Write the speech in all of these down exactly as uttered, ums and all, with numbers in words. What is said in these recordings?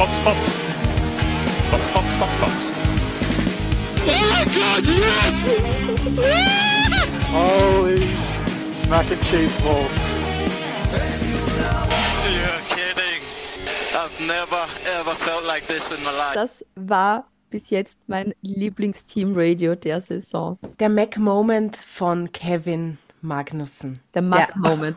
Fox, Fox. Fox, Fox, Fox, Fox. Oh God, yes! Holy mac and cheese balls. You're kidding. I've never ever felt like this in my life. Das war bis jetzt mein Lieblingsteam-Radio der Saison. Der Mac-Moment von Kevin Magnussen. Der Mac-Moment.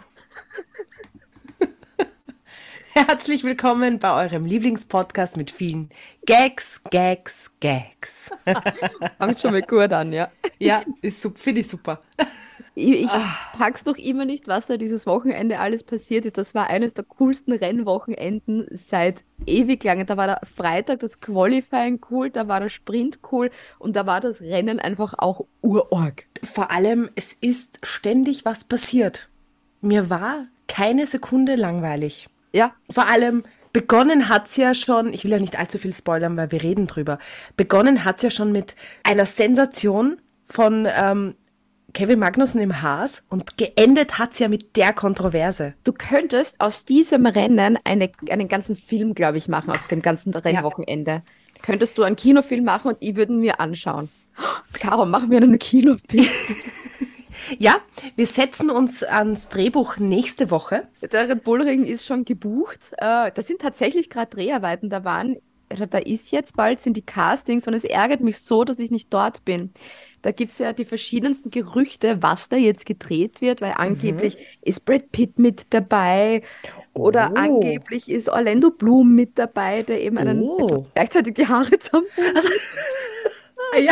Herzlich willkommen bei eurem Lieblingspodcast mit vielen Gags, Gags, Gags. Fangt schon mal gut an, ja. Ja, ist super, finde ich super. Ich, ich pack's noch immer nicht, was da dieses Wochenende alles passiert ist. Das war eines der coolsten Rennwochenenden seit ewig lange. Da war der Freitag das Qualifying cool, da war der Sprint cool und da war das Rennen einfach auch urorg. Vor allem, es ist ständig was passiert. Mir war keine Sekunde langweilig. Ja. Vor allem, begonnen hat's ja schon, ich will ja nicht allzu viel spoilern, weil wir reden drüber, begonnen hat's ja schon mit einer Sensation von ähm, Kevin Magnussen im Haas und geendet hat's ja mit der Kontroverse. Du könntest aus diesem Rennen eine, einen ganzen Film, glaube ich, machen, aus dem ganzen Rennwochenende. Ja. Könntest du einen Kinofilm machen und ich würde ihn mir anschauen. Caro, machen wir einen Kinofilm. Ja, wir setzen uns ans Drehbuch nächste Woche. Der Red Bull Ring ist schon gebucht. Äh, da sind tatsächlich gerade Dreharbeiten. Da waren, da ist jetzt bald, sind die Castings und es ärgert mich so, dass ich nicht dort bin. Da gibt es ja die verschiedensten Gerüchte, was da jetzt gedreht wird, weil angeblich mhm. ist Brad Pitt mit dabei oder oh. angeblich ist Orlando Bloom mit dabei, der eben einen oh. also gleichzeitig die Haare zusammen. Also, ja.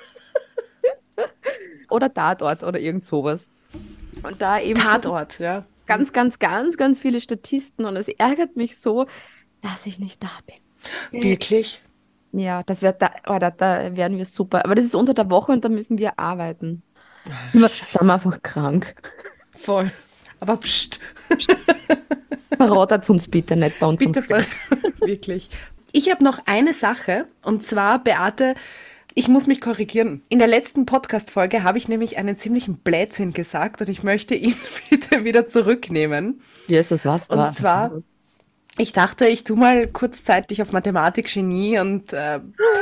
Oder Tatort oder irgend sowas. Und da eben Tatort, so ja. Ganz, ganz, ganz, ganz viele Statisten und es ärgert mich so, dass ich nicht da bin. Wirklich? Ja, das wird da, oh, da, da werden wir super. Aber das ist unter der Woche und da müssen wir arbeiten. Sind wir, sind wir einfach krank. Voll. Aber pst. Verratet uns bitte nicht bei uns. Bitte, ver- wirklich. Ich habe noch eine Sache und zwar, Beate, ich muss mich korrigieren. In der letzten Podcast-Folge habe ich nämlich einen ziemlichen Blödsinn gesagt und ich möchte ihn bitte wieder zurücknehmen. Jesus, was und war? Und zwar, ich dachte, ich tue mal kurzzeitig auf Mathematik-Genie und, äh,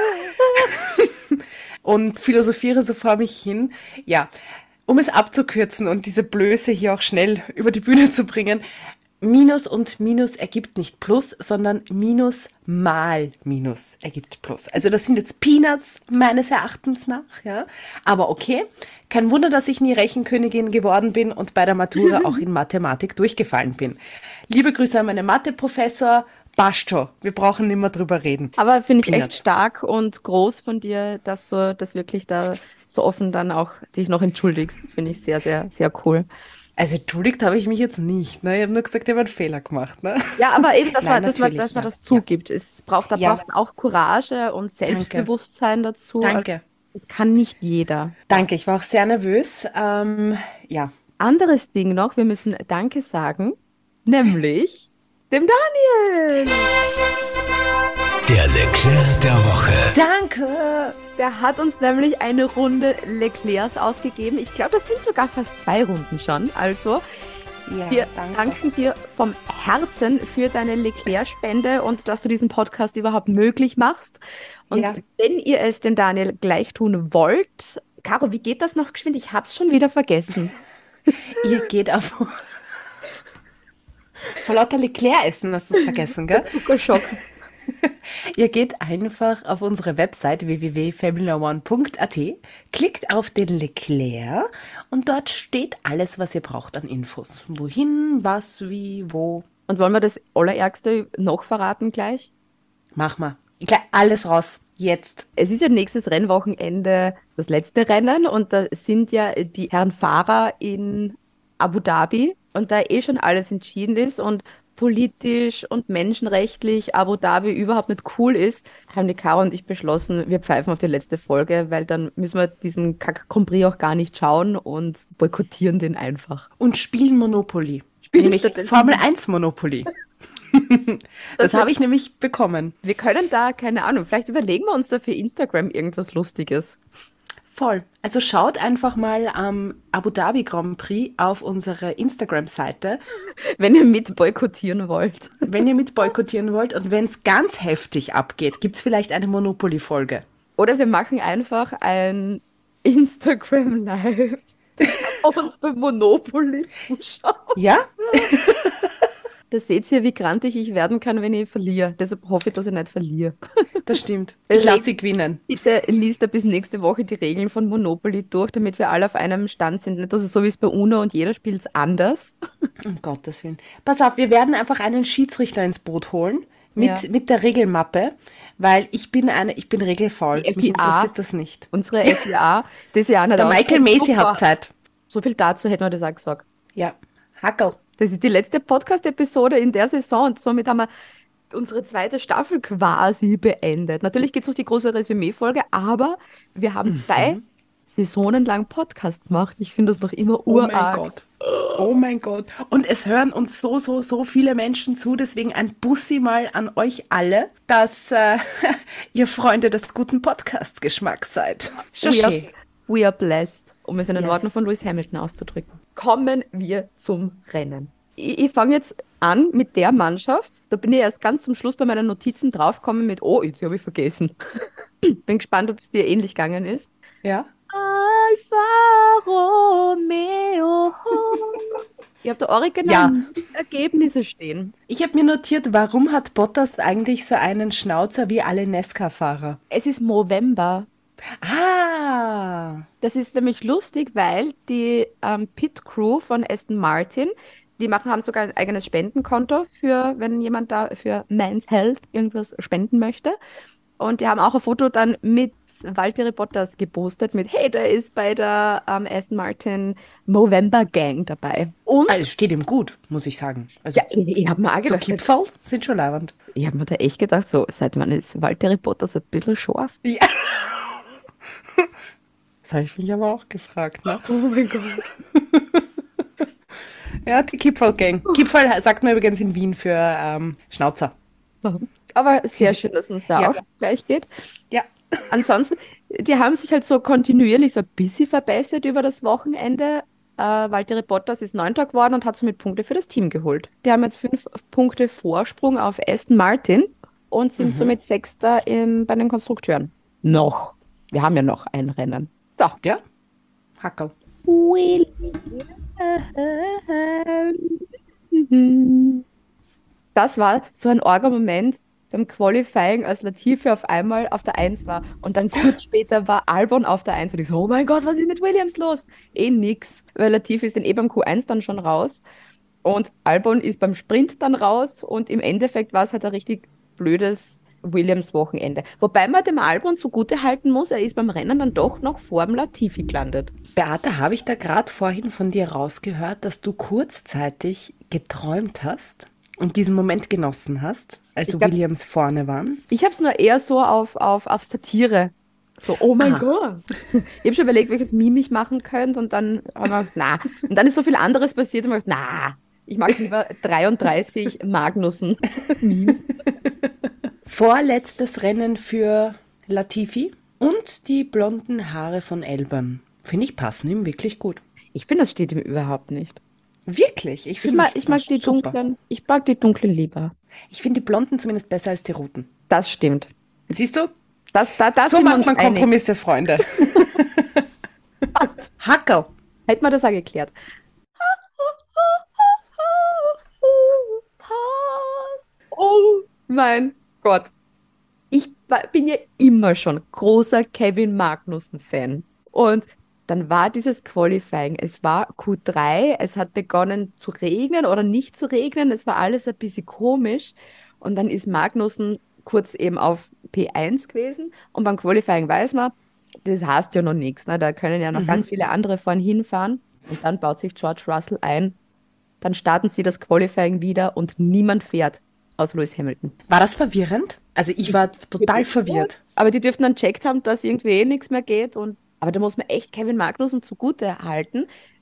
und philosophiere so vor mich hin. Ja, um es abzukürzen und diese Blöße hier auch schnell über die Bühne zu bringen, Minus und Minus ergibt nicht Plus, sondern Minus mal Minus ergibt Plus. Also das sind jetzt Peanuts meines Erachtens nach, ja. Aber okay, kein Wunder, dass ich nie Rechenkönigin geworden bin und bei der Matura auch in Mathematik durchgefallen bin. Liebe Grüße an meinen Mathe-Professor, passt schon, wir brauchen nicht mehr drüber reden. Aber finde ich Peanuts. echt stark und groß von dir, dass du das wirklich da so offen dann auch dich noch entschuldigst. Finde ich sehr, sehr, sehr cool. Also entschuldigt habe ich mich jetzt nicht. Ne? Ich habe nur gesagt, ich habe einen Fehler gemacht. Ne? Ja, aber eben, dass, Nein, man, dass, man, dass man das zugibt. Ja. Es braucht, da ja. braucht auch Courage und Selbstbewusstsein Danke. dazu. Danke. Also, das kann nicht jeder. Danke, ich war auch sehr nervös. Ähm, ja. Anderes Ding noch, wir müssen Danke sagen, nämlich dem Daniel. Der Leclerc der Woche. Danke. Der hat uns nämlich eine Runde Leclercs ausgegeben. Ich glaube, das sind sogar fast zwei Runden schon. Also, ja, wir danke. danken dir vom Herzen für deine Leclerc-Spende und dass du diesen Podcast überhaupt möglich machst. Und ja. wenn ihr es dem Daniel gleich tun wollt, Caro, wie geht das noch geschwind? Ich hab's schon wieder vergessen. Ihr geht auf... Vor lauter Leclerc essen hast du es vergessen, gell? Zuckerschock. Ihr geht einfach auf unsere Website w w w punkt formula one punkt a t, klickt auf den Leclerc und dort steht alles, was ihr braucht an Infos. Wohin, was, wie, wo. Und wollen wir das Allerärgste noch verraten gleich? Mach mal. Gleich alles raus. Jetzt. Es ist ja nächstes Rennwochenende das letzte Rennen und da sind ja die Herren Fahrer in Abu Dhabi und da eh schon alles entschieden ist und politisch und menschenrechtlich Abu Dhabi überhaupt nicht cool ist, haben die Caro und ich beschlossen, wir pfeifen auf die letzte Folge, weil dann müssen wir diesen Kack-Grand Prix auch gar nicht schauen und boykottieren den einfach. Und spielen Monopoly. Spielen nämlich Formel eins Monopoly. Das, das habe ich nämlich bekommen. Wir können da, keine Ahnung, vielleicht überlegen wir uns da für Instagram irgendwas Lustiges. Voll. Also schaut einfach mal am Abu Dhabi Grand Prix auf unsere Instagram-Seite, Wenn ihr mit boykottieren wollt. wenn ihr mit boykottieren wollt. Und wenn es ganz heftig abgeht, gibt es vielleicht eine Monopoly-Folge. Oder wir machen einfach ein Instagram Live. Uns beim Monopoly zuschauen. Ja? Da seht ihr, wie grantig ich werden kann, wenn ich verliere. Deshalb hoffe ich, dass ich nicht verliere. Das stimmt. Ich lasse sie gewinnen. Bitte liest da bis nächste Woche die Regeln von Monopoly durch, damit wir alle auf einem Stand sind. Nicht, dass es so wie es bei UNO und jeder spielt es anders. Um Gottes Willen. Pass auf, wir werden einfach einen Schiedsrichter ins Boot holen mit, Ja. mit der Regelmappe, weil ich bin eine, ich bin regelfaul. Die Mich F I A. interessiert das nicht. Unsere F I A, das ja auch nicht Der aus- Michael Macy Super. hat Zeit. So viel dazu hätten wir das auch gesagt. Ja. Hackel. Das ist die letzte Podcast-Episode in der Saison und somit haben wir unsere zweite Staffel quasi beendet. Natürlich gibt es noch die große Resümee-Folge, aber wir haben zwei Saisonen lang Podcast gemacht. Ich finde das noch immer Oh mein urarg. Gott. Oh mein Gott. Und es hören uns so, so, so viele Menschen zu. Deswegen ein Bussi mal an euch alle, dass äh, ihr Freunde des guten Podcast-Geschmacks seid. Schon We are, schön. we are blessed, um es in den Yes. Worten von Lewis Hamilton auszudrücken. Kommen wir zum Rennen. Ich, ich fange jetzt an mit der Mannschaft. Da bin ich erst ganz zum Schluss bei meinen Notizen draufgekommen mit, oh, die habe ich vergessen. Bin gespannt, ob es dir ähnlich gegangen ist. Ja? Alfa Romeo. Ihr habt da original Ja. Ergebnisse stehen. Ich habe mir notiert, warum hat Bottas eigentlich so einen Schnauzer wie alle Nesca-Fahrer? Es ist Movember. Ah, Das ist nämlich lustig, weil die ähm, Pit-Crew von Aston Martin, die machen, haben sogar ein eigenes Spendenkonto für, wenn jemand da für Men's Health irgendwas spenden möchte. Und die haben auch ein Foto dann mit Valtteri Bottas gepostet mit, hey, der ist bei der ähm, Aston Martin Movember Gang dabei. Und also es steht ihm gut, muss ich sagen. Also ja, ich, ich habe mir auch so gedacht, Kipferl sind schon leibend. ich habe mir da echt gedacht, so, seit wann ist Valtteri Bottas ein bisschen scharf? Ja. Das habe ich mich aber auch gefragt, ne? Oh mein Gott. Ja, die Kipferl-Gang. Kipferl sagt man übrigens in Wien für ähm, Schnauzer. Aber sehr schön, dass uns da Ja. auch gleich geht. Ja. Ansonsten, die haben sich halt so kontinuierlich so ein bisschen verbessert über das Wochenende. Äh, Valtteri Bottas ist Neunter geworden und hat somit Punkte für das Team geholt. Die haben jetzt fünf Punkte Vorsprung auf Aston Martin und sind somit Sechster im, bei den Konstrukteuren. Noch. Wir haben ja noch ein Rennen. So. Ja? Hackerl. Das war so ein Orga-Moment beim Qualifying, als Latifi auf einmal auf der Eins war und dann kurz später war Albon auf der Eins und ich so, oh mein Gott, was ist mit Williams los? Eh nix, weil Latifi ist dann eh beim Q eins dann schon raus und Albon ist beim Sprint dann raus und im Endeffekt war es halt ein richtig blödes Williams-Wochenende. Wobei man dem Albon zugute halten muss, er ist beim Rennen dann doch noch vor dem Latifi gelandet. Beate, habe ich da gerade vorhin von dir rausgehört, dass du kurzzeitig geträumt hast und diesen Moment genossen hast, als Ich so glaub- Williams vorne waren? Ich habe es nur eher so auf, auf, auf Satire. So, oh mein Ah. Gott. Ich habe schon überlegt, welches Meme ich machen könnte und dann habe ich gedacht, na. Und dann ist so viel anderes passiert und ich habe gedacht, na. Ich mag lieber dreiunddreißig Magnussen-Memes. Vorletztes Rennen für Latifi und die blonden Haare von Elban. Finde ich, passen ihm wirklich gut. Ich finde, das steht ihm überhaupt nicht. Wirklich? Ich Ich finde mag, ich mag die super. dunklen, ich mag die dunklen lieber. Ich finde die blonden zumindest besser als die roten. Das stimmt. Siehst du? Das, da, da so sind wir macht uns man einig. Kompromisse, Freunde. Passt. Hackerl. Hätten wir das auch geklärt. Oh mein Gott. Ich war- bin ja immer schon großer Kevin Magnussen-Fan. Und dann war dieses Qualifying. Es war Q drei, es hat begonnen zu regnen oder nicht zu regnen. Es war alles ein bisschen komisch. Und dann ist Magnussen kurz eben auf P eins gewesen. Und beim Qualifying weiß man, das heißt ja noch nichts. Ne? Da können ja noch ganz viele andere vorn hinfahren. Und dann baut sich George Russell ein. Dann starten sie das Qualifying wieder und niemand fährt, außer Lewis Hamilton. War das verwirrend? Also ich war total verwirrt. Aber die dürften dann checkt haben, dass irgendwie eh nichts mehr geht. Und, aber da muss man echt Kevin Magnussen zugute halten.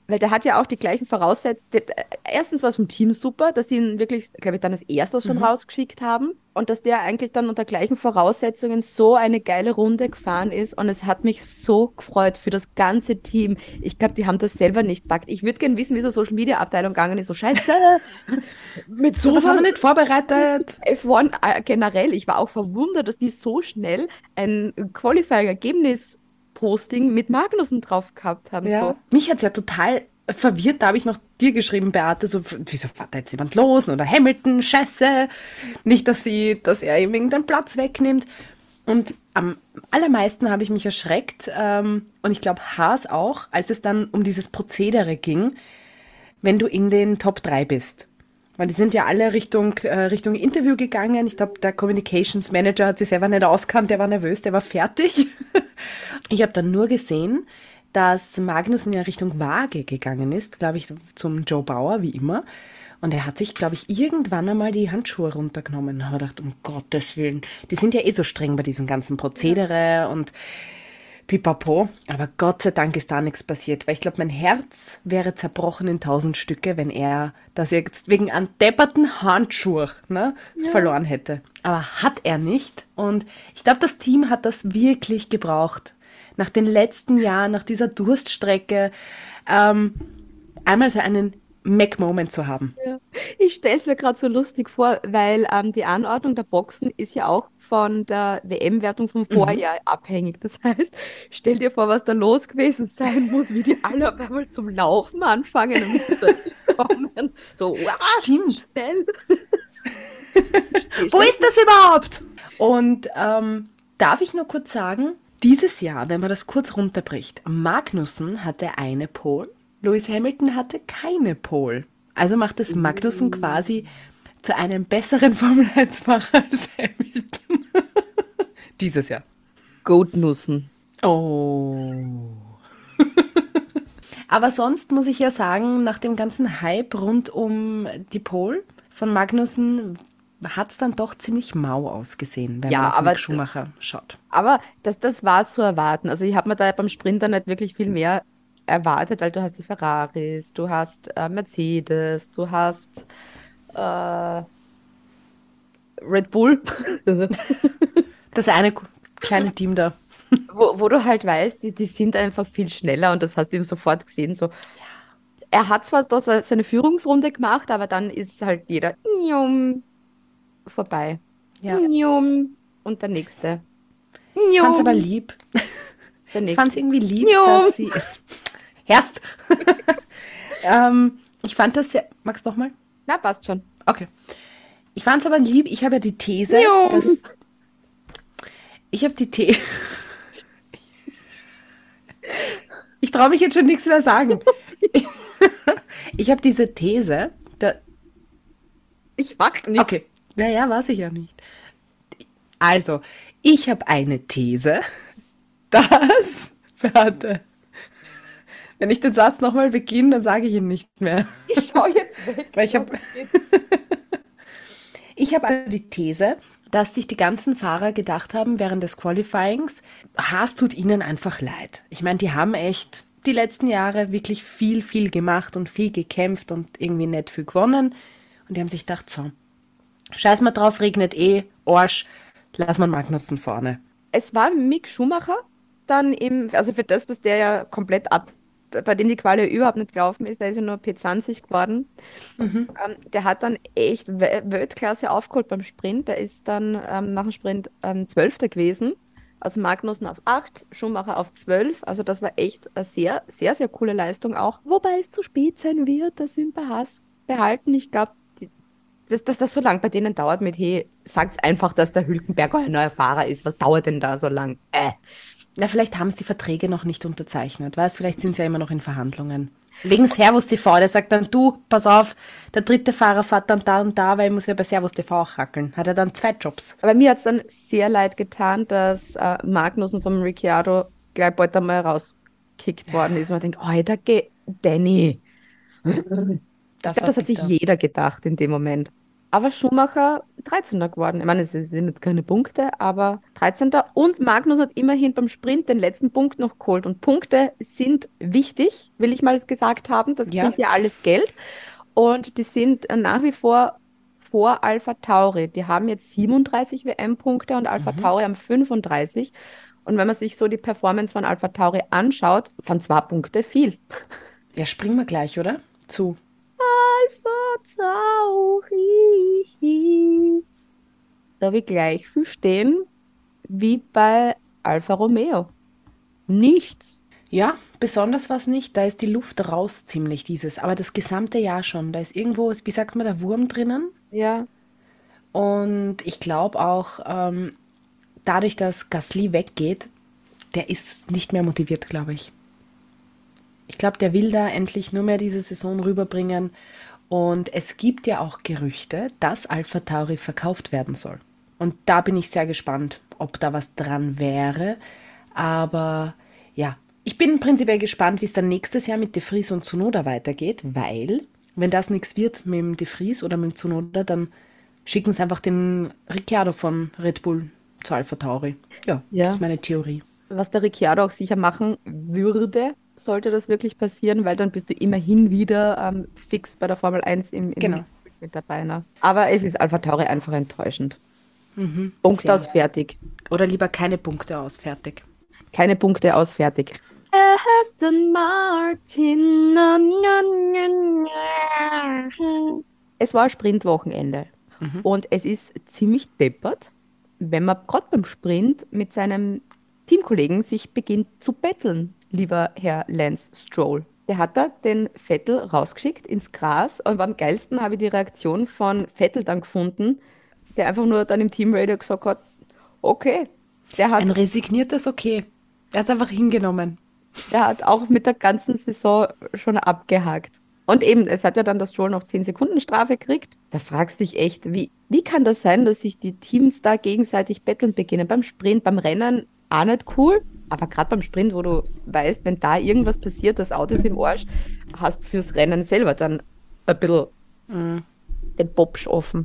Weil der hat ja auch die gleichen Voraussetzungen. Erstens war es vom Team super, dass sie ihn wirklich, glaube ich, dann als erstes schon Mhm. rausgeschickt haben und dass der eigentlich dann unter gleichen Voraussetzungen so eine geile Runde gefahren ist und es hat mich so gefreut für das ganze Team. Ich glaube, die haben das selber nicht packt. Ich würde gerne wissen, wie so Social Media Abteilung gegangen ist. So scheiße, mit So was haben wir sowas nicht vorbereitet. F eins äh, generell. Ich war auch verwundert, dass die so schnell ein Qualifying-Ergebnis-Posting mit Magnussen drauf gehabt haben. Ja. So. Mich hat es ja total verwirrt. Da habe ich noch dir geschrieben, Beate, so, wieso fährt da jetzt jemand los? Oder Hamilton, scheiße. Nicht, dass sie, dass er ihm irgendeinen Platz wegnimmt. Und am allermeisten habe ich mich erschreckt, ähm, und ich glaube Haas auch, als es dann um dieses Prozedere ging, wenn du in den Top drei bist. Weil die sind ja alle Richtung, äh, Richtung Interview gegangen. Ich glaube, der Communications Manager hat sich selber nicht auskannt, der war nervös, der war fertig. Ich habe dann nur gesehen, dass Magnussen ja Richtung Waage gegangen ist, glaube ich, zum Joe Bauer, wie immer. Und er hat sich, glaube ich, irgendwann einmal die Handschuhe runtergenommen. Und habe gedacht, um Gottes Willen, die sind ja eh so streng bei diesem ganzen Prozedere und pipapo. Aber Gott sei Dank ist da nichts passiert, weil ich glaube, mein Herz wäre zerbrochen in tausend Stücke, wenn er das jetzt wegen einem depperten Handschuh, ne, verloren hätte. Aber hat er nicht. Und ich glaube, das Team hat das wirklich gebraucht. Nach den letzten Jahren, nach dieser Durststrecke, ähm, einmal so einen Mac-Moment zu haben. Ja. Ich stelle es mir gerade so lustig vor, weil ähm, die Anordnung der Boxen ist ja auch von der W M-Wertung vom Vorjahr abhängig. Das heißt, stell dir vor, was da los gewesen sein muss, wie die alle auf einmal zum Laufen anfangen und mit kommen. So, wow, Stimmt. schnell. Wo ist das überhaupt? Und ähm, darf ich nur kurz sagen, dieses Jahr, wenn man das kurz runterbricht, Magnussen hatte eine Pole, Lewis Hamilton hatte keine Pole. Also macht es Magnussen quasi zu einem besseren Formel eins Fahrer als Hamilton. Dieses Jahr. Goatnussen. Oh. Aber sonst muss ich ja sagen, nach dem ganzen Hype rund um die Pole von Magnussen hat es dann doch ziemlich mau ausgesehen, wenn Ja, man auf aber- Mick Schumacher schaut. Aber das, das war zu erwarten. Also ich habe mir da beim Sprinter nicht wirklich viel mehr erwartet, weil du hast die Ferraris, du hast äh, Mercedes, du hast äh, Red Bull, Das eine kleine Team da. wo, wo du halt weißt, die, die sind einfach viel schneller und das hast du ihm sofort gesehen. So. Er hat zwar da se- seine Führungsrunde gemacht, aber dann ist halt jeder Njum, vorbei. Ja. Njum, und der nächste. Ich fand's aber Njum, lieb. der Ich nächste. fand's irgendwie lieb, Jo. dass sie... Herst! ähm, ich fand das sehr... Magst du nochmal? Na, passt schon. Okay. Ich fand's aber lieb, ich habe ja die These, Jo. dass... Ich habe die These... Ich traue mich jetzt schon nichts mehr sagen. Ich habe diese These, da, Ich mag nicht. okay, naja, weiß ich ja nicht. Also, ich habe eine These, dass, warte, wenn ich den Satz nochmal beginne, dann sage ich ihn nicht mehr. Ich schau jetzt weg. Weil ich habe ich hab also die These, dass sich die ganzen Fahrer gedacht haben während des Qualifyings, Haas tut ihnen einfach leid. Ich meine, die haben echt die letzten Jahre wirklich viel, viel gemacht und viel gekämpft und irgendwie nicht viel gewonnen. Und die haben sich gedacht, so, scheiß mal drauf, regnet eh, Arsch, lass mal Magnussen vorne. Es war Mick Schumacher dann im, also für das, dass der ja komplett ab, bei dem die Quali überhaupt nicht gelaufen ist, der ist ja nur P zwanzig geworden. Ähm, der hat dann echt We- Weltklasse aufgeholt beim Sprint. Der ist dann ähm, nach dem Sprint ähm, Zwölfter gewesen. Also Magnussen auf acht, Schumacher auf zwölf. Also das war echt eine sehr, sehr, sehr coole Leistung auch. Wobei es zu spät sein wird, das sind bei Haas behalten. Ich glaube, dass, dass das so lang bei denen dauert mit, hey, sagt einfach, dass der Hülkenberg ein neuer Fahrer ist. Was dauert denn da so lang? Äh. Na, vielleicht haben sie die Verträge noch nicht unterzeichnet, weißt, vielleicht sind sie ja immer noch in Verhandlungen. Wegen Servus T V, der sagt dann, du, pass auf, der dritte Fahrer fährt dann da und da, weil er muss ja bei Servus T V auch hackeln. Hat er dann zwei Jobs. Aber mir hat es dann sehr leid getan, dass äh, Magnussen vom Ricciardo gleich bald einmal rausgekickt worden ist. Man denkt, oh, da geht Danny. Ich glaube, das hat sich jeder gedacht in dem Moment. Aber Schumacher dreizehnter geworden. Ich meine, es sind jetzt keine Punkte, aber dreizehnter. Und Magnus hat immerhin beim Sprint den letzten Punkt noch geholt. Und Punkte sind wichtig, will ich mal gesagt haben. Das Ja. bringt ja alles Geld. Und die sind äh, nach wie vor vor Alpha Tauri. Die haben jetzt siebenunddreißig W M-Punkte und Alpha Tauri haben fünfunddreißig. Und wenn man sich so die Performance von Alpha Tauri anschaut, sind zwei Punkte viel. Ja, springen wir gleich, oder? Zu. Alpha Tauri. Da habe ich gleich viel stehen wie bei Alfa Romeo. Nichts. Ja, besonders was nicht. Da ist die Luft raus ziemlich dieses. Aber das gesamte Jahr schon. Da ist irgendwo, wie sagt man, der Wurm drinnen. Ja. Und ich glaube auch, ähm, dadurch, dass Gasly weggeht, der ist nicht mehr motiviert, glaube ich. Ich glaube, der will da endlich nur mehr diese Saison rüberbringen. Und es gibt ja auch Gerüchte, dass Alpha Tauri verkauft werden soll. Und da bin ich sehr gespannt, ob da was dran wäre. Aber ja, ich bin prinzipiell gespannt, wie es dann nächstes Jahr mit De Vries und Tsunoda weitergeht, weil, wenn das nichts wird mit dem De Vries oder mit dem Tsunoda, dann schicken sie einfach den Ricciardo von Red Bull zu Alpha Tauri. Ja, Ja. das ist meine Theorie. Was der Ricciardo auch sicher machen würde, sollte das wirklich passieren, weil dann bist du immerhin wieder ähm, fix bei der Formel eins im, im Genau. mit dabei. Ne? Aber es ist Alpha Tauri einfach enttäuschend. Punkt sehr. aus, fertig. Oder lieber keine Punkte aus, fertig. Keine Punkte aus, fertig. Aston Martin. Na, na, na, na. Es war ein Sprintwochenende. Und es ist ziemlich deppert, wenn man gerade beim Sprint mit seinem Teamkollegen sich beginnt zu betteln, lieber Herr Lance Stroll. Der hat da den Vettel rausgeschickt ins Gras und am geilsten habe ich die Reaktion von Vettel dann gefunden, der einfach nur dann im Teamradio gesagt hat, okay, der hat Ein resigniertes Okay. Er hat es einfach hingenommen. Der hat auch mit der ganzen Saison schon abgehakt. Und eben, es hat ja dann das Stroll noch zehn Sekunden Strafe gekriegt. Da fragst du dich echt, wie, wie kann das sein, dass sich die Teams da gegenseitig betteln beginnen? Beim Sprint, beim Rennen auch nicht cool, aber gerade beim Sprint, wo du weißt, wenn da irgendwas passiert, das Auto ist im Arsch, hast fürs Rennen selber dann ein bisschen den Bobsch offen.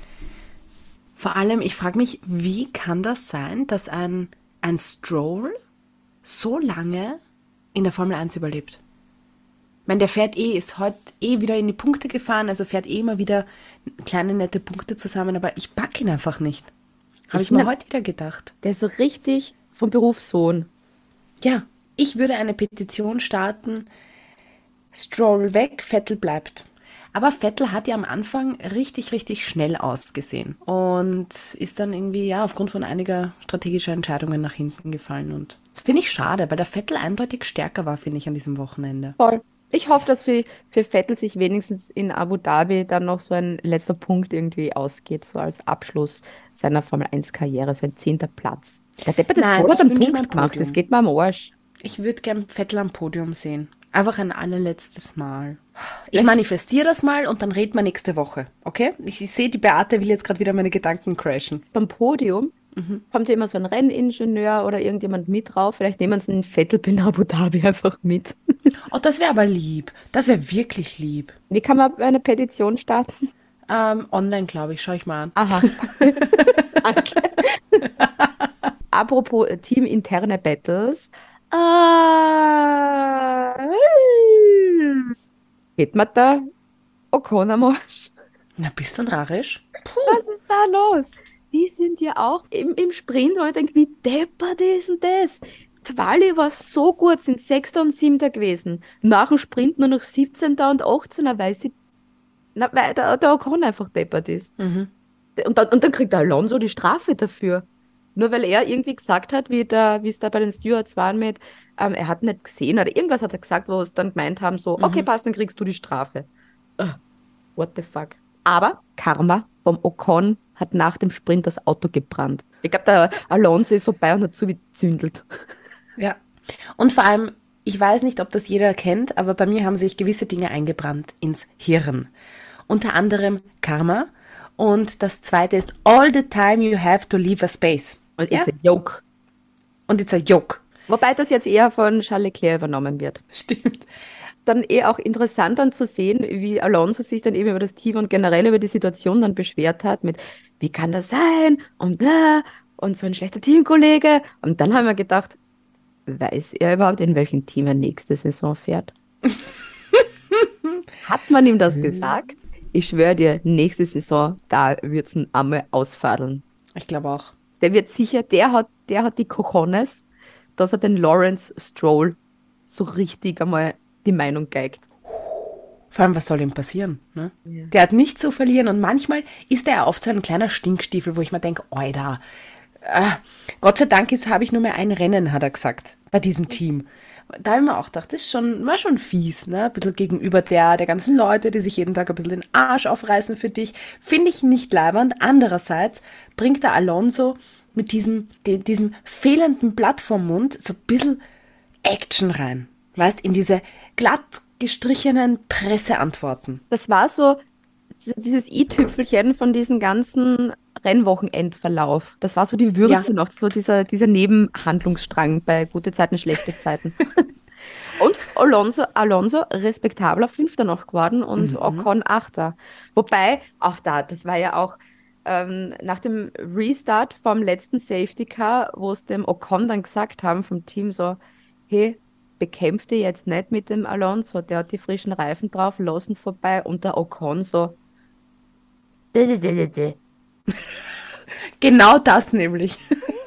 Vor allem, ich frage mich, wie kann das sein, dass ein, ein Stroll so lange in der Formel eins überlebt? Ich meine, der fährt eh, ist heute eh wieder in die Punkte gefahren, also fährt eh immer wieder kleine nette Punkte zusammen, aber ich pack ihn einfach nicht. Habe ich, Ich mir find- heute wieder gedacht. Der ist so richtig vom Berufssohn. Ja, ich würde eine Petition starten, Stroll weg, Vettel bleibt. Aber Vettel hat ja am Anfang richtig, richtig schnell ausgesehen und ist dann irgendwie, ja, aufgrund von einiger strategischer Entscheidungen nach hinten gefallen. Und das finde ich schade, weil der Vettel eindeutig stärker war, finde ich, an diesem Wochenende. Voll. Ich hoffe, dass für, für Vettel sich wenigstens in Abu Dhabi dann noch so ein letzter Punkt irgendwie ausgeht, so als Abschluss seiner Formel eins Karriere, so ein zehnter Platz. Der Deppert ist Nein, voll ich hat einen wünsche mir Punkt ein gemacht, Podium. das geht mir am Arsch. Ich würde gern Vettel am Podium sehen. Einfach ein allerletztes Mal. Ich Echt? manifestiere das mal und dann reden wir nächste Woche, okay? Ich, ich sehe, die Beate will jetzt gerade wieder meine Gedanken crashen. Beim Podium kommt ja immer so ein Renningenieur oder irgendjemand mit drauf. Vielleicht nehmen sie einen Vettel in Abu Dhabi einfach mit. Oh, das wäre aber lieb. Das wäre wirklich lieb. Wie kann man eine Petition starten? Ähm, online, glaube ich. Schau ich mal an. Aha. Danke. Apropos äh, teaminterne Battles. Äh, geht mir da Ocon am Arsch? Na, bist du narrisch? Was ist da los? Die sind ja auch im, im Sprint, und ich denke, wie deppert ist denn das? Quali war so gut, sind Sechster und Siebter gewesen. Nach dem Sprint nur noch siebzehnter und achtzehnter, weil sie, na, weil der, der Ocon einfach deppert ist. Und dann, und dann kriegt der Alonso die Strafe dafür. Nur weil er irgendwie gesagt hat, wie da, wie es da bei den Stewards waren mit, ähm, er hat nicht gesehen oder irgendwas hat er gesagt, wo es dann gemeint haben, so, okay, passt, dann kriegst du die Strafe. Ugh, what the fuck? Aber Karma vom Ocon hat nach dem Sprint das Auto gebrannt. Ich glaube, der Alonso ist vorbei und hat so wie gezündelt. Ja. Und vor allem, ich weiß nicht, ob das jeder kennt, aber bei mir haben sich gewisse Dinge eingebrannt ins Hirn. Unter anderem Karma. Und das zweite ist, all the time you have to leave a space. Und Ja. it's a joke. Und it's a joke. Wobei das jetzt eher von Charles Leclerc übernommen wird. Stimmt. dann eh auch interessant dann zu sehen, wie Alonso sich dann eben über das Team und generell über die Situation dann beschwert hat mit, wie kann das sein und bla und so ein schlechter Teamkollege. Und dann haben wir gedacht, weiß er überhaupt, in welchem Team er nächste Saison fährt? Hat man ihm das gesagt? Ich schwöre dir, nächste Saison, da wird es ein Amme ausfadeln. Ich glaube auch. Der wird sicher, der hat, der hat die Cojones, dass er den Lawrence Stroll so richtig einmal die Meinung geigt. Vor allem, was soll ihm passieren? Ne? Ja. Der hat nichts zu verlieren und manchmal ist er oft so ein kleiner Stinkstiefel, wo ich mir denke, Oida, äh, Gott sei Dank habe ich nur mehr ein Rennen, hat er gesagt, bei diesem Team. Da habe ich mir auch gedacht, das ist schon, war schon fies, ne? Ein bisschen gegenüber der, der ganzen Leute, die sich jeden Tag ein bisschen den Arsch aufreißen für dich. Finde ich nicht leibernd. Andererseits bringt der Alonso mit diesem, die, diesem fehlenden Blatt vom Mund so ein bisschen Action rein. Weißt, in diese glatt gestrichenen Presseantworten. Das war so dieses i-Tüpfelchen von diesem ganzen Rennwochenendverlauf. Das war so die Würze ja. noch, so dieser, dieser Nebenhandlungsstrang bei gute Zeiten, schlechte Zeiten. Und Alonso, Alonso respektabler Fünfter noch geworden und mhm. Ocon Achter. Wobei, auch da, das war ja auch ähm, nach dem Restart vom letzten Safety Car, wo es dem Ocon dann gesagt haben vom Team so, hey, bekämpft ihr jetzt nicht mit dem Alonso, der hat die frischen Reifen drauf, lassen vorbei und der Ocon so genau das nämlich.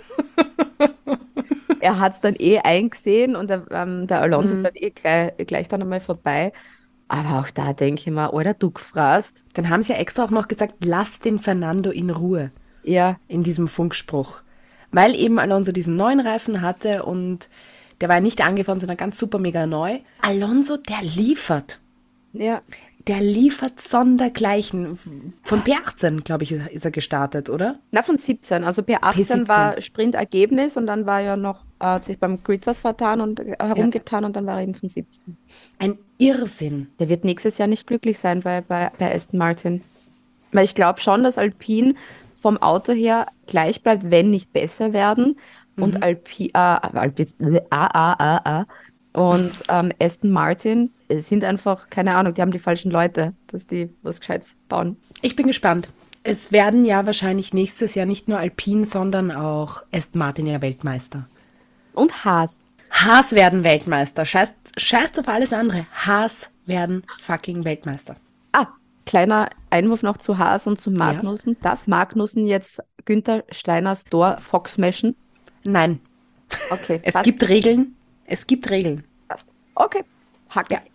Er hat es dann eh eingesehen und der, ähm, der Alonso mhm. dann eh gleich, gleich dann einmal vorbei. Aber auch da denke ich mir, Alter, du gefrasst. Dann haben sie ja extra auch noch gesagt, lass den Fernando in Ruhe. Ja. In diesem Funkspruch. Weil eben Alonso diesen neuen Reifen hatte und der war nicht angefahren, sondern ganz super mega neu. Alonso, der liefert. Ja. Der liefert sondergleichen. Von P achtzehn, glaube ich, ist er gestartet, oder? Na, von siebzehn. Also P achtzehn, P siebzehn war Sprintergebnis und dann war ja noch, äh, hat sich beim Grid was vertan und äh, herumgetan ja. und dann war er eben von siebzehn. Ein Irrsinn. Der wird nächstes Jahr nicht glücklich sein bei, bei, bei Aston Martin. Weil ich glaube schon, dass Alpine vom Auto her gleich bleibt, wenn nicht besser werden. Mhm. Und Alpine, äh, Alpine, ah, ah, ah, ah. Und ähm, Aston Martin sind einfach, keine Ahnung, die haben die falschen Leute, dass die was Gescheites bauen. Ich bin gespannt. Es werden ja wahrscheinlich nächstes Jahr nicht nur Alpine, sondern auch Aston Martin ja Weltmeister. Und Haas. Haas werden Weltmeister. Scheißt, scheißt auf alles andere. Haas werden fucking Weltmeister. Ah, kleiner Einwurf noch zu Haas und zu Magnussen. Ja. Darf Magnussen jetzt Günther Steiners Tor Fox smashen? Nein. Okay. Es passt. gibt Regeln. Es gibt Regeln. Passt. Okay. Hack. Ja.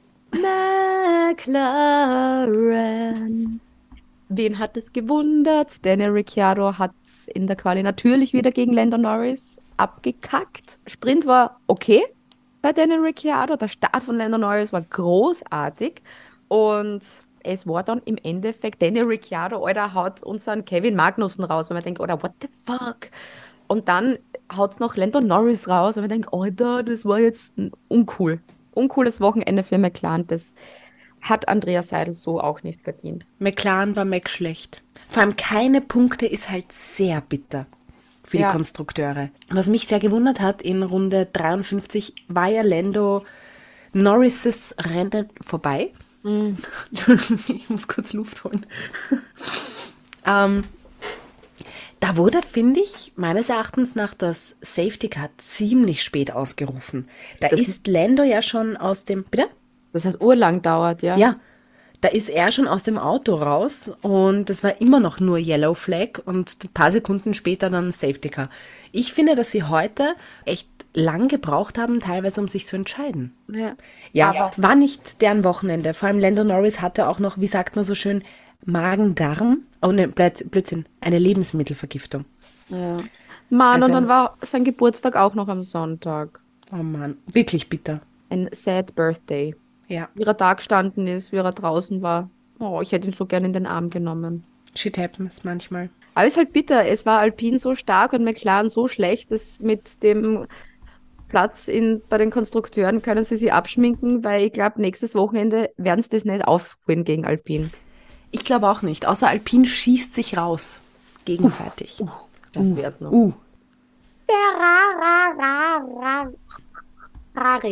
McLaren. Wen hat es gewundert? Daniel Ricciardo hat in der Quali natürlich wieder gegen Lando Norris abgekackt. Sprint war okay bei Daniel Ricciardo. Der Start von Lando Norris war großartig. Und es war dann im Endeffekt Daniel Ricciardo, Alter, haut unseren Kevin Magnussen raus, weil man denkt, Alter, what the fuck? Und dann haut es noch Lando Norris raus, weil man denkt, Alter, das war jetzt uncool. Uncooles Wochenende für McLaren. Das hat Andreas Seidel so auch nicht verdient. McLaren war Mac schlecht. Vor allem keine Punkte ist halt sehr bitter für die ja. Konstrukteure. Was mich sehr gewundert hat, in Runde dreiundfünfzig war ja Lando Norris' Rennen vorbei. Mm. Ich muss kurz Luft holen. ähm, da wurde, finde ich, meines Erachtens nach das Safety Car ziemlich spät ausgerufen. Da das ist Lando ja schon aus dem... Bitte? Das hat urlang gedauert, ja. Ja, da ist er schon aus dem Auto raus und das war immer noch nur Yellow Flag und ein paar Sekunden später dann Safety Car. Ich finde, dass sie heute echt lang gebraucht haben, teilweise um sich zu entscheiden. Ja, ja aber war nicht deren Wochenende. Vor allem Lando Norris hatte auch noch, wie sagt man so schön, Magen-Darm, oh ne, Blödsinn, eine Lebensmittelvergiftung. Ja. Mann, also, und dann war sein Geburtstag auch noch am Sonntag. Oh Mann, wirklich bitter. Ein sad birthday. Ja. Wie er da gestanden ist, wie er draußen war. Oh, ich hätte ihn so gerne in den Arm genommen. Shit happens manchmal. Aber es ist halt bitter. Es war Alpine so stark und McLaren so schlecht, dass mit dem Platz in, bei den Konstrukteuren können sie sich abschminken, weil ich glaube, nächstes Wochenende werden sie das nicht aufholen gegen Alpine. Ich glaube auch nicht. Außer Alpine schießt sich raus. Gegenseitig. Uh, uh, das wär's noch. Uh. Ferrari.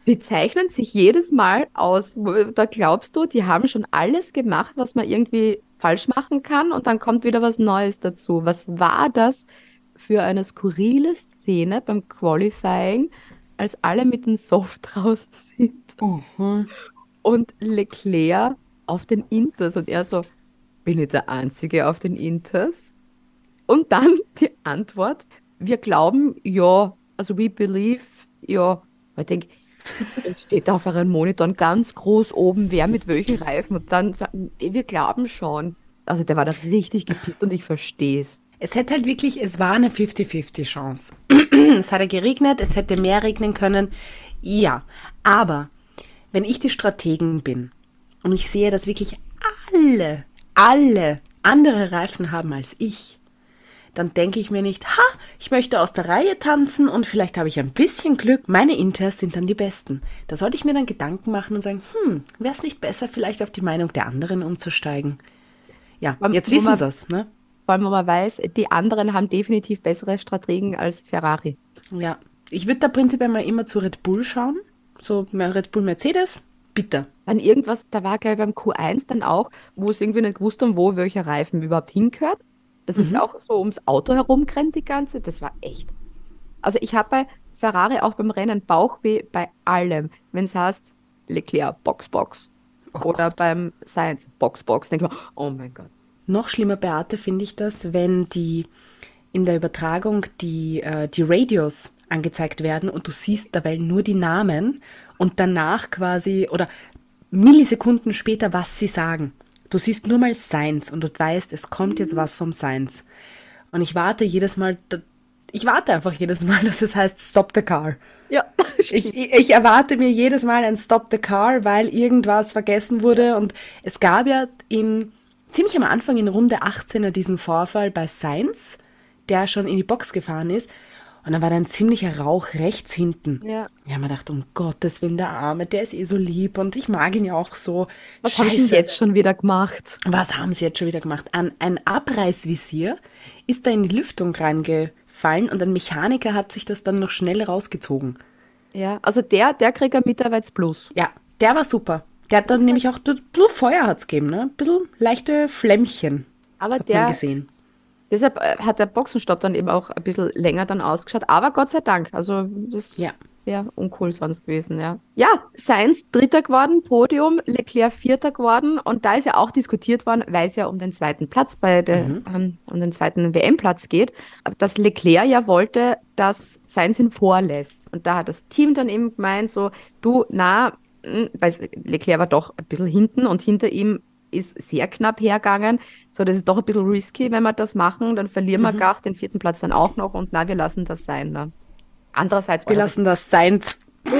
Die zeichnen sich jedes Mal aus. Wo- Da glaubst du, die haben schon alles gemacht, was man irgendwie falsch machen kann und dann kommt wieder was Neues dazu. Was war das für eine skurrile Szene beim Qualifying, als alle mit den Soft draußen sind Mhm. und Leclerc auf den Inters und er so, bin ich der Einzige auf den Inters? Und dann die Antwort, wir glauben, ja, also we believe, ja. Und ich denke, dann steht da auf euren Monitoren ganz groß oben, wer mit welchen Reifen. Und dann sagen, wir glauben schon. Also der war da richtig gepisst und ich verstehe es. Es hätte halt wirklich, es war eine fünfzig fünfzig Chance. Es hatte geregnet, es hätte mehr regnen können. Ja, aber wenn ich die Strategen bin und ich sehe, dass wirklich alle, alle andere Reifen haben als ich, dann denke ich mir nicht, ha, ich möchte aus der Reihe tanzen und vielleicht habe ich ein bisschen Glück. Meine Inters sind dann die besten. Da sollte ich mir dann Gedanken machen und sagen, hm, wäre es nicht besser, vielleicht auf die Meinung der anderen umzusteigen? Ja, Wo- jetzt wo wissen man- sie es, ne? Vor allem, wenn man weiß, die anderen haben definitiv bessere Strategen als Ferrari. Ja, ich würde da prinzipiell mal immer zu Red Bull schauen. So Red Bull Mercedes, bitte. Dann irgendwas, da war, glaube ich, beim Q eins dann auch, wo es irgendwie nicht gewusst haben, wo welcher Reifen überhaupt hingehört. Das ist ja auch so ums Auto herumgerannt, die ganze. Das war echt. Also ich habe bei Ferrari auch beim Rennen Bauchweh bei allem. Wenn es heißt, Leclerc, Box, Box. Oder beim Sainz, Box, Box. Denke ich mir, oh mein Gott. Noch schlimmer, Beate, finde ich das, wenn die in der Übertragung die, äh, die Radios angezeigt werden und du siehst dabei nur die Namen und danach quasi oder Millisekunden später, was sie sagen. Du siehst nur mal Sainz und du weißt, es kommt jetzt was vom Sainz. Und ich warte jedes Mal, ich warte einfach jedes Mal, dass es heißt Stop the Car. Ja, Ich, ich, ich erwarte mir jedes Mal ein Stop the Car, weil irgendwas vergessen wurde. Und es gab ja in ziemlich am Anfang in Runde achtzehn ja diesen Vorfall bei Sainz, der schon in die Box gefahren ist. Und dann war da ein ziemlicher Rauch rechts hinten. Ja. Ja, man dachte, um Gottes Willen, der Arme, der ist eh so lieb und ich mag ihn ja auch so. Was haben sie denn jetzt schon wieder gemacht? Was haben sie jetzt schon wieder gemacht? Ein, ein Abreißvisier ist da in die Lüftung reingefallen und ein Mechaniker hat sich das dann noch schnell rausgezogen. Ja, also der, der kriegt ein Mitarbeitsplus. Ja, der war super. Der hat dann nämlich auch, ein bisschen Feuer hat's gegeben, ne? Ein bisschen leichte Flämmchen Aber hat der, man gesehen. deshalb äh, hat der Boxenstopp dann eben auch ein bisschen länger dann ausgeschaut. Aber Gott sei Dank, also das Ja. wäre uncool sonst gewesen, ja. Ja, Sainz Dritter geworden, Podium, Leclerc Vierter geworden. Und da ist ja auch diskutiert worden, weil es ja um den zweiten Platz bei der, ähm, um den zweiten W M-Platz geht, dass Leclerc ja wollte, dass Sainz ihn vorlässt. Und da hat das Team dann eben gemeint, so, du, na, mh, weil Leclerc war doch ein bisschen hinten und hinter ihm ist sehr knapp hergegangen. So, das ist doch ein bisschen risky, wenn wir das machen. Dann verlieren wir gar den vierten Platz dann auch noch. Und na, wir lassen das sein. Ne? Andererseits war Wir ja lassen das Sainz.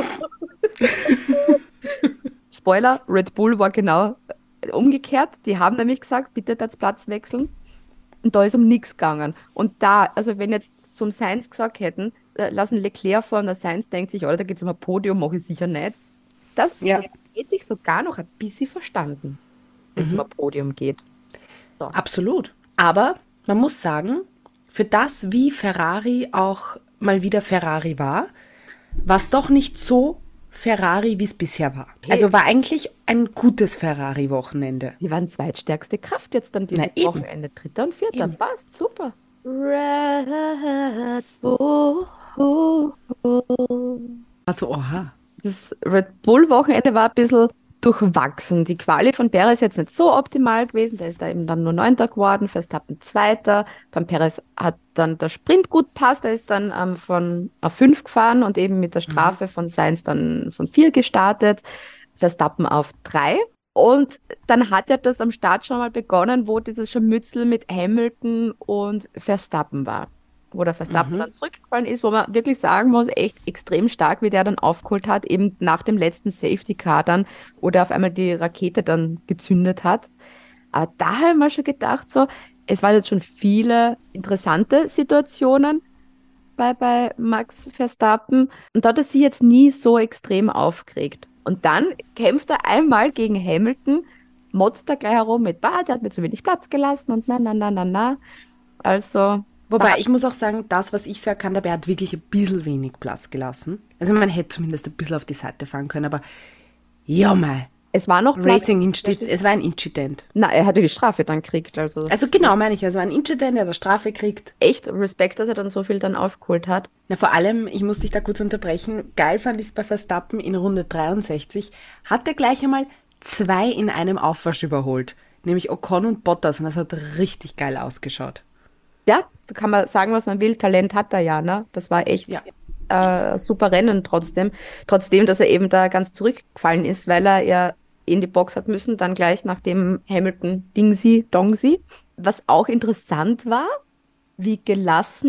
Spoiler, Red Bull war genau äh, umgekehrt. Die haben nämlich gesagt, bitte das Platz wechseln. Und da ist um nichts gegangen. Und da, also wenn jetzt zum Sainz gesagt hätten, äh, lassen Leclerc vor und der Sainz denkt sich, Alter, da geht es um ein Podium, mache ich sicher nicht. Das, Ja. das hätte ich sogar noch ein bisschen verstanden, wenn es um ein Podium geht. Absolut. Aber man muss sagen, für das, wie Ferrari auch mal wieder Ferrari war, war es doch nicht so Ferrari, wie es bisher war. Also war eigentlich ein gutes Ferrari-Wochenende. Die waren zweitstärkste Kraft jetzt dann dieses Na, eben. Wochenende. Dritter und Vierter. Eben. Passt, super. Red Bull. Also, oha. Das Red Bull-Wochenende war ein bisschen durchwachsen. Die Quali von Perez ist jetzt nicht so optimal gewesen. Der ist da eben dann nur Neunter geworden, Verstappen Zweiter. Beim Perez hat dann der Sprint gut passt. Er ist dann ähm, von auf fünf gefahren und eben mit der Strafe von Sainz dann von vier gestartet. Verstappen auf drei. Und dann hat ja das am Start schon mal begonnen, wo dieses Scharmützel mit Hamilton und Verstappen war. Wo der Verstappen dann zurückgefallen ist, wo man wirklich sagen muss, echt extrem stark, wie der dann aufgeholt hat, eben nach dem letzten Safety Car dann, wo der auf einmal die Rakete dann gezündet hat. Aber da habe ich mir schon gedacht, so, es waren jetzt schon viele interessante Situationen bei, bei Max Verstappen und da hat er sich jetzt nie so extrem aufgeregt. Und dann kämpft er einmal gegen Hamilton, motzt er gleich herum mit, bah, der hat mir zu wenig Platz gelassen und na, na, na, na, na. Also, Wobei, ich muss auch sagen, das, was ich so erkannt habe, er hat wirklich ein bisschen wenig Platz gelassen. Also man hätte zumindest ein bisschen auf die Seite fahren können, aber ja mal. Es war noch Racing Incident, es war ein Incident. Na, er hatte die Strafe dann gekriegt, also. Also genau, meine ich, also ein Incident, der eine Strafe kriegt. Echt Respekt, dass er dann so viel dann aufgeholt hat. Na, vor allem, ich muss dich da kurz unterbrechen, geil fand ich es bei Verstappen in Runde dreiundsechzig, hat er gleich einmal zwei in einem Aufwasch überholt, nämlich Ocon und Bottas, und das hat richtig geil ausgeschaut. Ja, da kann man sagen, was man will, Talent hat er ja, ne? Das war echt Ja. äh, super Rennen trotzdem. Trotzdem, dass er eben da ganz zurückgefallen ist, weil er ja in die Box hat müssen, dann gleich nach dem Hamilton Dingsi, Dongsi. Was auch interessant war, wie gelassen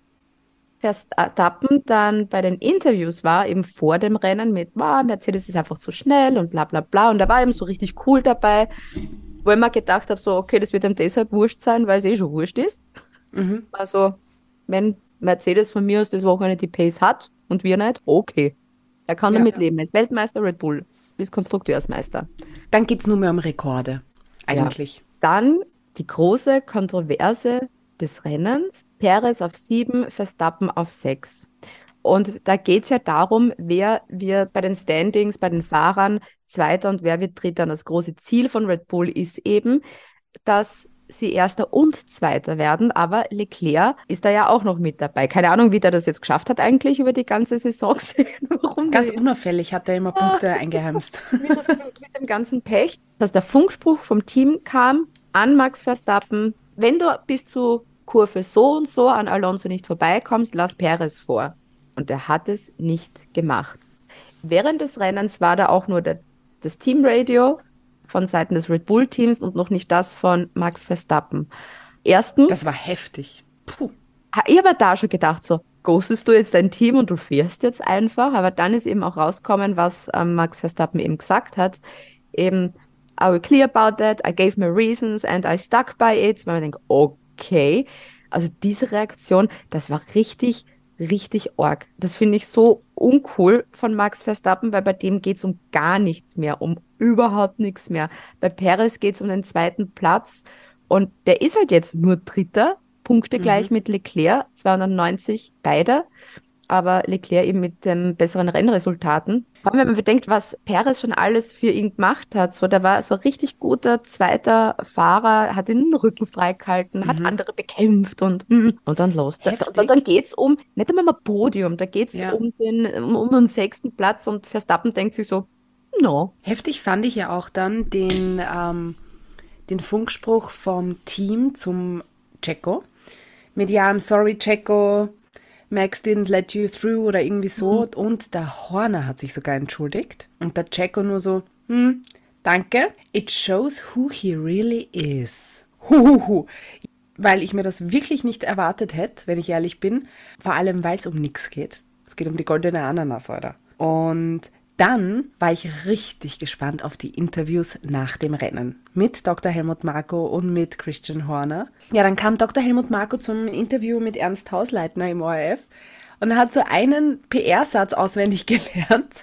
Verstappen dann bei den Interviews war, eben vor dem Rennen mit, wow, Mercedes ist einfach zu schnell und bla bla bla. Und er war eben so richtig cool dabei, wo ich mir gedacht habe, so, okay, das wird ihm deshalb wurscht sein, weil es eh schon wurscht ist. Mhm. Also, wenn Mercedes von mir aus das Wochenende die Pace hat und wir nicht, okay. Er kann Ja. damit leben. Er ist Weltmeister Red Bull, bis Konstrukteursmeister. Dann geht es nur mehr um Rekorde, eigentlich. Dann die große Kontroverse des Rennens. Perez auf sieben, Verstappen auf sechs. Und da geht es ja darum, wer wird bei den Standings, bei den Fahrern Zweiter und wer wird Dritter. Und das große Ziel von Red Bull ist eben, dass sie Erster und Zweiter werden, aber Leclerc ist da ja auch noch mit dabei. Keine Ahnung, wie der das jetzt geschafft hat eigentlich über die ganze Saison. Warum Ganz der- unauffällig hat er immer Punkte eingeheimst. wie das mit dem ganzen Pech, dass der Funkspruch vom Team kam an Max Verstappen, wenn du bis zu Kurve so und so an Alonso nicht vorbeikommst, lass Perez vor. Und er hat es nicht gemacht. Während des Rennens war da auch nur der, das Teamradio von Seiten des Red Bull-Teams und noch nicht das von Max Verstappen. Erstens, Das war heftig. Puh. ha- ich habe da schon gedacht, so, ghostest du jetzt dein Team und du fährst jetzt einfach, aber dann ist eben auch rausgekommen, was ähm, Max Verstappen eben gesagt hat, eben, I will clear about that, I gave my reasons and I stuck by it, weil man denkt, okay, also diese Reaktion, das war richtig, richtig arg. Das finde ich so uncool von Max Verstappen, weil bei dem geht es um gar nichts mehr, um überhaupt nichts mehr. Bei Perez geht es um den zweiten Platz und der ist halt jetzt nur Dritter, Punkte gleich mit Leclerc, zweihundertneunzig beide, aber Leclerc eben mit den besseren Rennresultaten. Vor allem, wenn man bedenkt, was Perez schon alles für ihn gemacht hat, so, der war so ein richtig guter zweiter Fahrer, hat den Rücken freigehalten, hat andere bekämpft und, und dann los. Da, Heftig. da, dann geht es um, nicht einmal ein Podium, da geht es Ja. um, den, um, um den sechsten Platz und Verstappen denkt sich so, no. Heftig fand ich ja auch dann den, ähm, den Funkspruch vom Team zum Checo. Mit ja, I'm sorry, Checo, Max didn't let you through oder irgendwie so. Und der Horner hat sich sogar entschuldigt. Und der Checo nur so, hm, danke. It shows who he really is. Huhuhu. Weil ich mir das wirklich nicht erwartet hätte, wenn ich ehrlich bin. Vor allem, weil es um nichts geht. Es geht um die goldene Ananas, oder? Und dann war ich richtig gespannt auf die Interviews nach dem Rennen mit Doktor Helmut Marko und mit Christian Horner. Ja, dann kam Doktor Helmut Marko zum Interview mit Ernst Hausleitner im O R F und er hat so einen P R-Satz auswendig gelernt,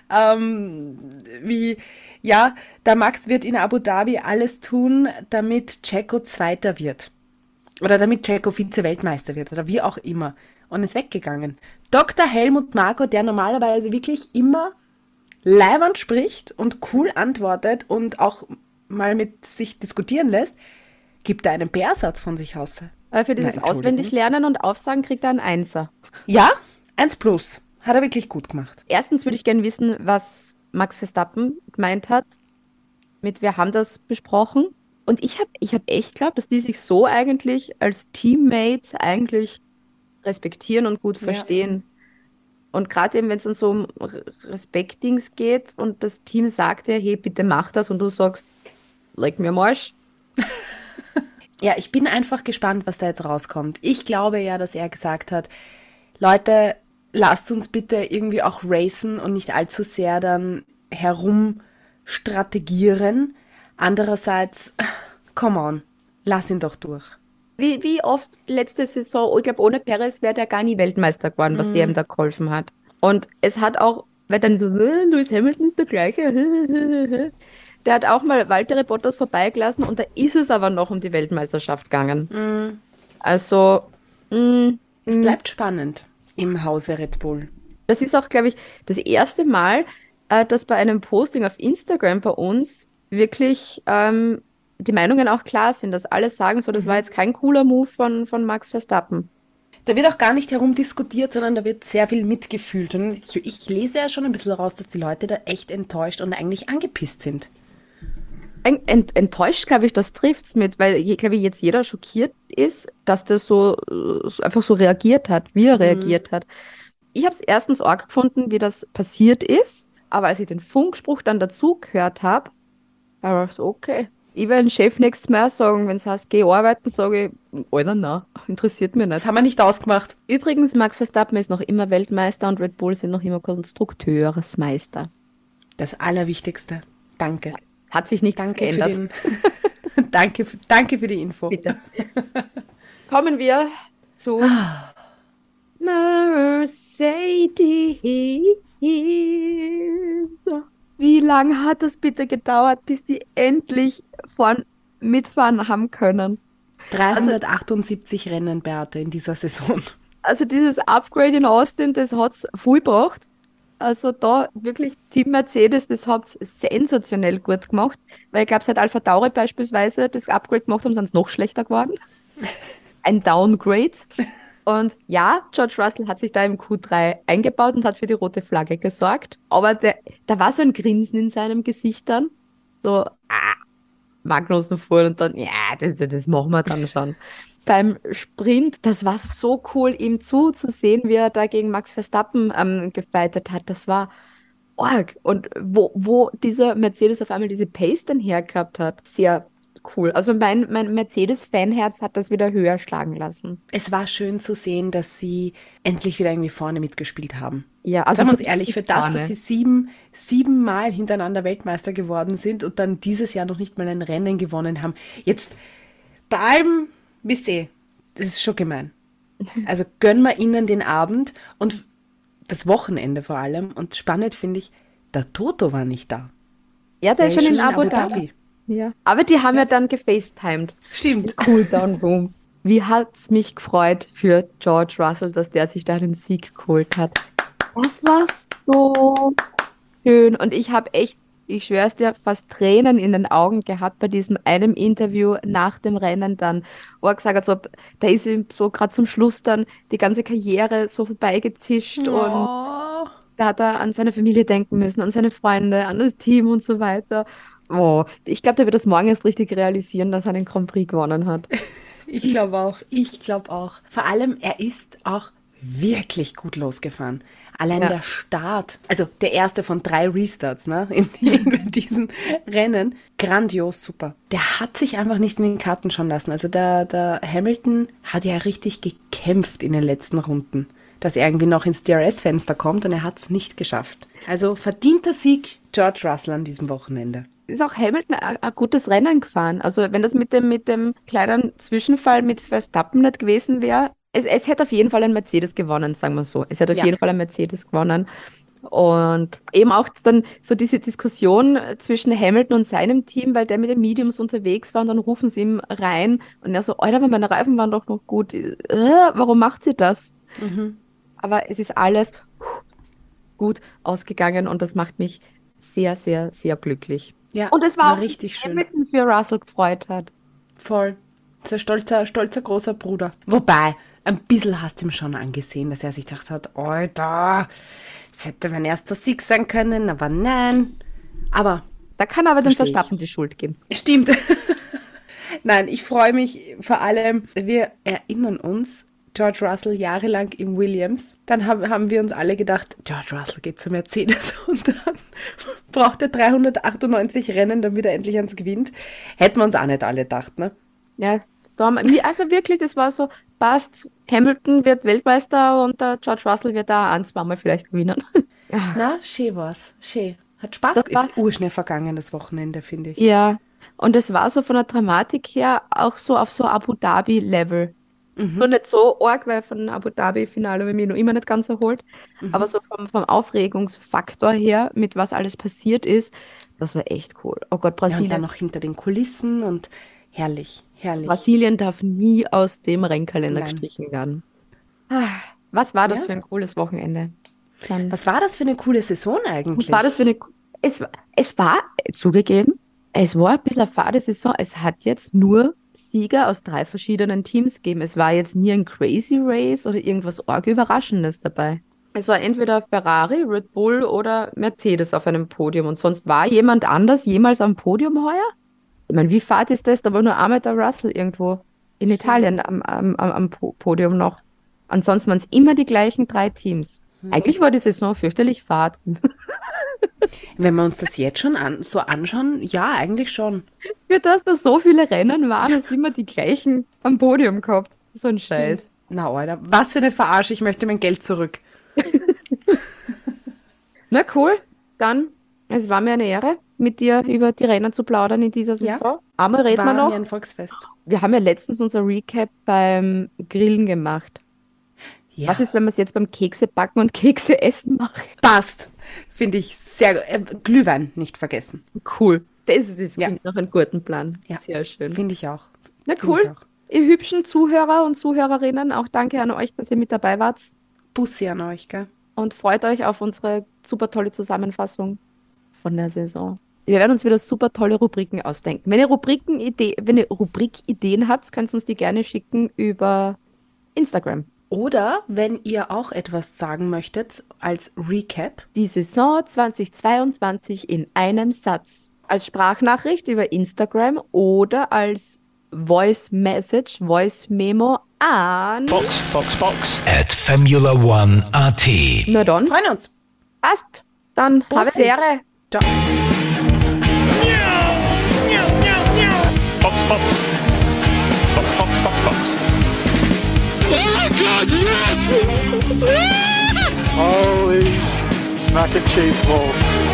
ähm, wie, ja, der Max wird in Abu Dhabi alles tun, damit Checo Zweiter wird. Oder damit Checo Vize-Weltmeister wird oder wie auch immer. Und ist weggegangen. Doktor Helmut Marko, der normalerweise wirklich immer leiwand spricht und cool antwortet und auch mal mit sich diskutieren lässt, gibt er einen P R-Satz von sich aus. Aber für dieses Na, Entschuldigung. Auswendiglernen und Aufsagen kriegt er einen Einser. Ja, eins plus. Hat er wirklich gut gemacht. Erstens würde ich gerne wissen, was Max Verstappen gemeint hat mit wir haben das besprochen. Und ich habe ich hab echt glaubt, dass die sich so eigentlich als Teammates eigentlich respektieren und gut Ja. verstehen. Und gerade eben, wenn es dann so um R- Respektdings geht und das Team sagt dir, hey, bitte mach das und du sagst, leck mir am Arsch. Ja, ich bin einfach gespannt, was da jetzt rauskommt. Ich glaube ja, dass er gesagt hat, Leute, lasst uns bitte irgendwie auch racen und nicht allzu sehr dann herumstrategieren. Andererseits, come on, lass ihn doch durch. Wie, wie oft letzte Saison, ich glaube, ohne Perez wäre der gar nie Weltmeister geworden, was der ihm da geholfen hat. Und es hat auch, weil dann so, "Äh, Lewis Hamilton ist der gleiche. Der hat auch mal Valtteri Bottas vorbeigelassen und da ist es aber noch um die Weltmeisterschaft gegangen. Also, mh, Es bleibt spannend im Hause Red Bull. Das ist auch, glaube ich, das erste Mal, äh, dass bei einem Posting auf Instagram bei uns wirklich ähm, die Meinungen auch klar sind, dass alle sagen, so, das war jetzt kein cooler Move von, von Max Verstappen. Da wird auch gar nicht herumdiskutiert, sondern da wird sehr viel mitgefühlt. Und ich, ich lese ja schon ein bisschen raus, dass die Leute da echt enttäuscht und eigentlich angepisst sind. Ent, ent, enttäuscht, glaube ich, das trifft's mit, weil, je- glaube ich, jetzt jeder schockiert ist, dass der so, äh, so einfach so reagiert hat, wie er reagiert hat. Ich habe es erstens arg gefunden, wie das passiert ist, aber als ich den Funkspruch dann dazu gehört habe, habe ich gedacht, okay, ich werde den Chef nächstes Mal sagen, wenn es heißt, geh arbeiten, sage ich, Alter, nein, interessiert mich Das nicht. haben wir nicht ausgemacht. Übrigens, Max Verstappen ist noch immer Weltmeister und Red Bull sind noch immer Konstrukteursmeister. Das Allerwichtigste. Danke. Hat sich nichts Danke für geändert. den. danke, für- danke für die Info. Bitte. Kommen wir zu Mercedes. Wie lange hat das bitte gedauert, bis die endlich vorn mitfahren haben können? dreihundertachtundsiebzig Rennen, Beate, in dieser Saison. Also dieses Upgrade in Austin, das hat es voll gebracht. Also da wirklich Team Mercedes, das hat es sensationell gut gemacht. Weil ich glaube, seit Alpha Tauri beispielsweise das Upgrade gemacht haben, sind es noch schlechter geworden. Ein Downgrade. Und ja, George Russell hat sich da im Q drei eingebaut und hat für die rote Flagge gesorgt. Aber der, da war so ein Grinsen in seinem Gesicht dann. So, ah, Magnussen fuhr und dann, ja, das, das machen wir dann schon. Beim Sprint, das war so cool, ihm zuzusehen, wie er da gegen Max Verstappen ähm, gefightet hat. Das war arg. Und wo, wo dieser Mercedes auf einmal diese Pace dann hergehabt hat, sehr cool. Also mein, mein Mercedes-Fanherz hat das wieder höher schlagen lassen. Es war schön zu sehen, dass sie endlich wieder irgendwie vorne mitgespielt haben. Ja, also Sagen wir so uns ehrlich, für das, vorne. dass sie sieben, sieben Mal hintereinander Weltmeister geworden sind und dann dieses Jahr noch nicht mal ein Rennen gewonnen haben. Jetzt bei allem, wisst ihr, das ist schon gemein. Also gönnen wir ihnen den Abend und das Wochenende vor allem. Und spannend finde ich, der Toto war nicht da. Ja, der, ist schon in Abu Dhabi. Ja. Aber die haben ja, dann gefacetimed. Stimmt. Cooldown Room. Wie hat's mich gefreut für George Russell, dass der sich da den Sieg geholt hat. Das war so schön. Und ich habe echt, ich schwör's dir, fast Tränen in den Augen gehabt bei diesem einem Interview nach dem Rennen dann, wo er gesagt hat, so, da ist ihm so gerade zum Schluss dann die ganze Karriere so vorbeigezischt und Oh. da hat er an seine Familie denken müssen, an seine Freunde, an das Team und so weiter. Oh, ich glaube, der wird das morgen erst richtig realisieren, dass er den Grand Prix gewonnen hat. Ich glaube auch, ich glaube auch. Vor allem, er ist auch wirklich gut losgefahren. Allein Ja. der Start, also der erste von drei Restarts, ne, in, in diesen Rennen, grandios super. Der hat sich einfach nicht in den Karten schauen lassen. Also der, der Hamilton hat ja richtig gekämpft in den letzten Runden, dass er irgendwie noch ins D R S-Fenster kommt und er hat es nicht geschafft. Also verdienter Sieg George Russell an diesem Wochenende. Ist auch Hamilton ein ein gutes Rennen gefahren. Also wenn das mit dem, mit dem kleinen Zwischenfall mit Verstappen nicht gewesen wäre, es, es hätte auf jeden Fall ein Mercedes gewonnen, sagen wir so. Es hätte auf Ja. jeden Fall ein Mercedes gewonnen. Und eben auch dann so diese Diskussion zwischen Hamilton und seinem Team, weil der mit den Mediums unterwegs war und dann rufen sie ihm rein und er so, Alter, aber meine Reifen waren doch noch gut. Äh, warum macht sie das? Aber es ist alles gut ausgegangen und das macht mich sehr, sehr, sehr glücklich. Ja, Und es war, war auch, richtig dass schön. Hamilton für Russell gefreut hat. Voll. So ein stolzer, stolzer großer Bruder. Wobei, ein bisschen hast du ihm schon angesehen, dass er sich gedacht hat, Alter, das hätte mein erster Sieg sein können, aber nein. Aber Da kann aber dem Versteh ich. Verstappen die Schuld geben. stimmt. Nein, ich freue mich vor allem, wir erinnern uns, George Russell jahrelang im Williams. Dann haben, haben wir uns alle gedacht, George Russell geht zu Mercedes und dann braucht er dreihundertachtundneunzig Rennen, damit er endlich eins gewinnt. Hätten wir uns auch nicht alle gedacht, ne? Ja, Storm, wie- also wirklich, das war so, passt, Hamilton wird Weltmeister und der George Russell wird da ein, zweimal vielleicht gewinnen. Ja. Na, schön war's. Schön. Hat Spaß Das gemacht. war- Ist urschnell vergangen, das Wochenende, finde ich. Ja, und es war so von der Dramatik her auch so auf so Abu Dhabi-Level. Nur nicht so arg, weil von Abu Dhabi-Finale habe ich mich noch immer nicht ganz erholt. Aber so vom, vom Aufregungsfaktor her, mit was alles passiert ist, das war echt cool. Oh Gott, Ja, und Brasilien. dann noch hinter den Kulissen und herrlich, herrlich. Brasilien darf nie aus dem Rennkalender Nein. gestrichen werden. Ah, was war das Ja. für ein cooles Wochenende? Dann, Was war das für eine coole Saison eigentlich? was war das für eine... Es, war- es war, zugegeben, es war ein bisschen eine fade Saison. Es hat jetzt nur Sieger aus drei verschiedenen Teams gegeben. Es war jetzt nie ein Crazy Race oder irgendwas arg Überraschendes dabei. Es war entweder Ferrari, Red Bull oder Mercedes auf einem Podium. Und sonst war jemand anders jemals am Podium heuer? Ich meine, wie fad ist das? Da war nur einmal der Russell irgendwo in Italien am, am, am, am Po- Podium noch. Ansonsten waren es immer die gleichen drei Teams. Eigentlich war die Saison fürchterlich fad. Wenn wir uns das jetzt schon an, so anschauen, ja, eigentlich schon. Für das da so viele Rennen waren, hast du immer die gleichen am Podium gehabt. So ein Scheiß. Na, Alter, was für eine Verarsche, ich möchte mein Geld zurück. Na cool, dann, es war mir eine Ehre, mit dir über die Rennen zu plaudern in dieser Ja. Saison. Einmal reden wir War noch. mir ein Volksfest. Wir haben ja letztens unser Recap beim Grillen gemacht. Ja. Was ist, wenn wir es jetzt beim Kekse backen und Kekse essen machen? Passt. Finde ich sehr äh, Glühwein nicht vergessen. Cool. Das, das Ja. klingt nach einem guten Plan. Ja. Sehr schön. Finde ich auch. Na Finde cool. ich auch. Ihr hübschen Zuhörer und Zuhörerinnen, auch danke an euch, dass ihr mit dabei wart Bussi an euch, gell? und freut euch auf unsere super tolle Zusammenfassung von der Saison. Wir werden uns wieder super tolle Rubriken ausdenken. Wenn ihr Rubrikenidee, wenn ihr Rubrikideen habt, könnt ihr uns die gerne schicken über Instagram. Oder wenn ihr auch etwas sagen möchtet als Recap, Die Saison zweitausendzweiundzwanzig in einem Satz. Als Sprachnachricht über Instagram oder als Voice Message, Voice Memo an. Box, Box, Box. At Formula One Punkt A T. Na dann, freuen uns. passt. Dann habe Bussi. Ehre. Ciao. Box, Box. Box, Box, Box, Box. Holy mac and cheese balls.